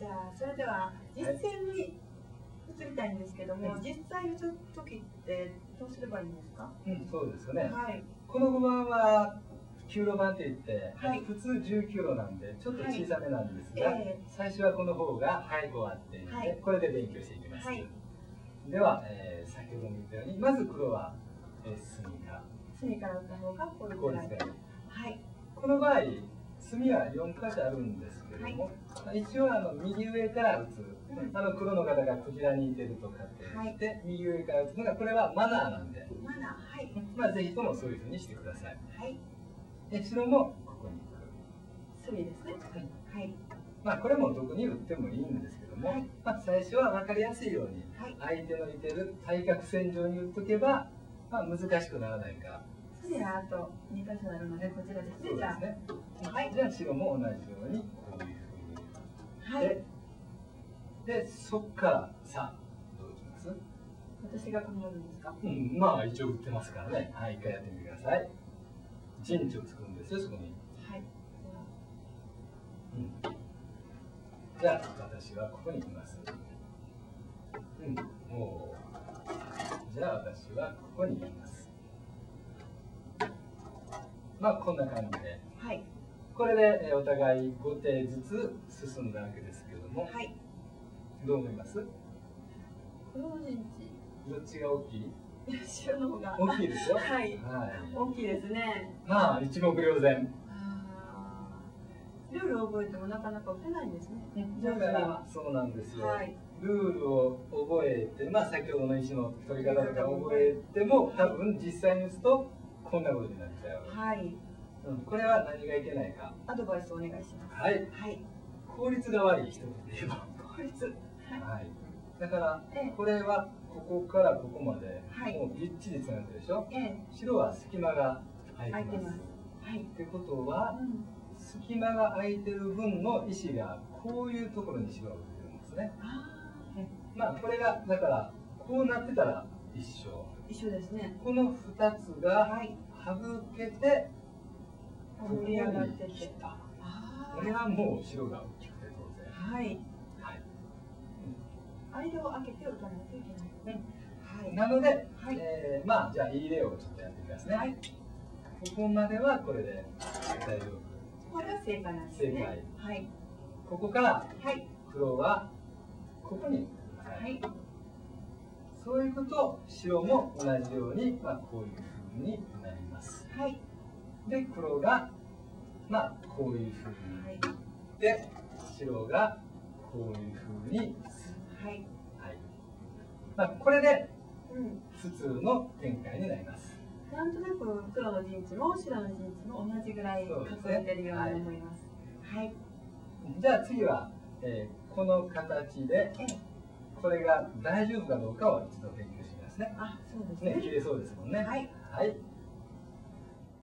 じゃあそれでは実践に移りたいんですけども、実際に移る時ってどうすればいいんですか？ そうですよね。 はい。 この碁盤は9路盤といって、 はい、 普通19路なんでちょっと小さめなんですが、最初はこの方が早く終わっているので、これで勉強していきます。では、先ほども言ったように、まず黒は隅から打った方が効率がいい。はい。 この場合隅は4箇所あるんですけれども、一応右上から打つ、黒の方がこちらにいてると仮定して、右上から打つのがこれはマナーなんで、ぜひともそういうふうにしてください。はい。で白もここに来る。 隅ですね。はい。 これもどこに打ってもいいんですけども、最初は分かりやすいように、相手のいてる対角線上に打っとけば、難しくならないから。 次はあと2箇所あるので、こちらですね。 じゃあ白も同じようにこういうふうに打って、でそっからさあどう打ちます？ 私が考えるんですか？ 一応打ってますからね。はい、一回やってみてください。陣地を作るんですよ、そこに。はい。じゃあ私はここにいます。じゃあ私はここにいます。こんな感じで、これでお互い5手ずつ進んだわけですけども、どう思います？ この陣地どっちが大きい？ 白の方が大きいですよ。 はい、大きいですね。 一目瞭然。 ルールを覚えてもなかなか打てないんですね。 だからそうなんですよ。ルールを覚えて、先ほどの石の取り方とか覚えても、多分実際に打つとこんなことになっちゃう。はい。これは何がいけないか。 アドバイスをお願いします。 はい。効率が悪い一言で言えば。 効率。 はい。だからこれはここからここまでもうぎっちりつながってるでしょ。白は隙間が空いてます。ってことは。隙間が空いてる分の石がこういうところに白が打ってるんですね。これがだからこうなってたら一緒ですね。この2つが省けてここに来た。これはもう白が大きくて当然。 間を空けて打たないといけない。 なので、じゃあいい例をちょっとやってみますね。ここまではこれで大丈夫。 これは正解なんですね。 はい。ここから黒はここに。そういうこと白も同じようにこういうふうになります。で黒がこういうふうにで白がこういうふうに。これで普通の展開になります。 なんとなく黒の陣地も白の陣地も同じぐらい隠れてるように思います。 じゃあ次は、この形でこれが大丈夫かどうかを一度勉強してみますね。 そうですね。 切れそうですもんね。はい。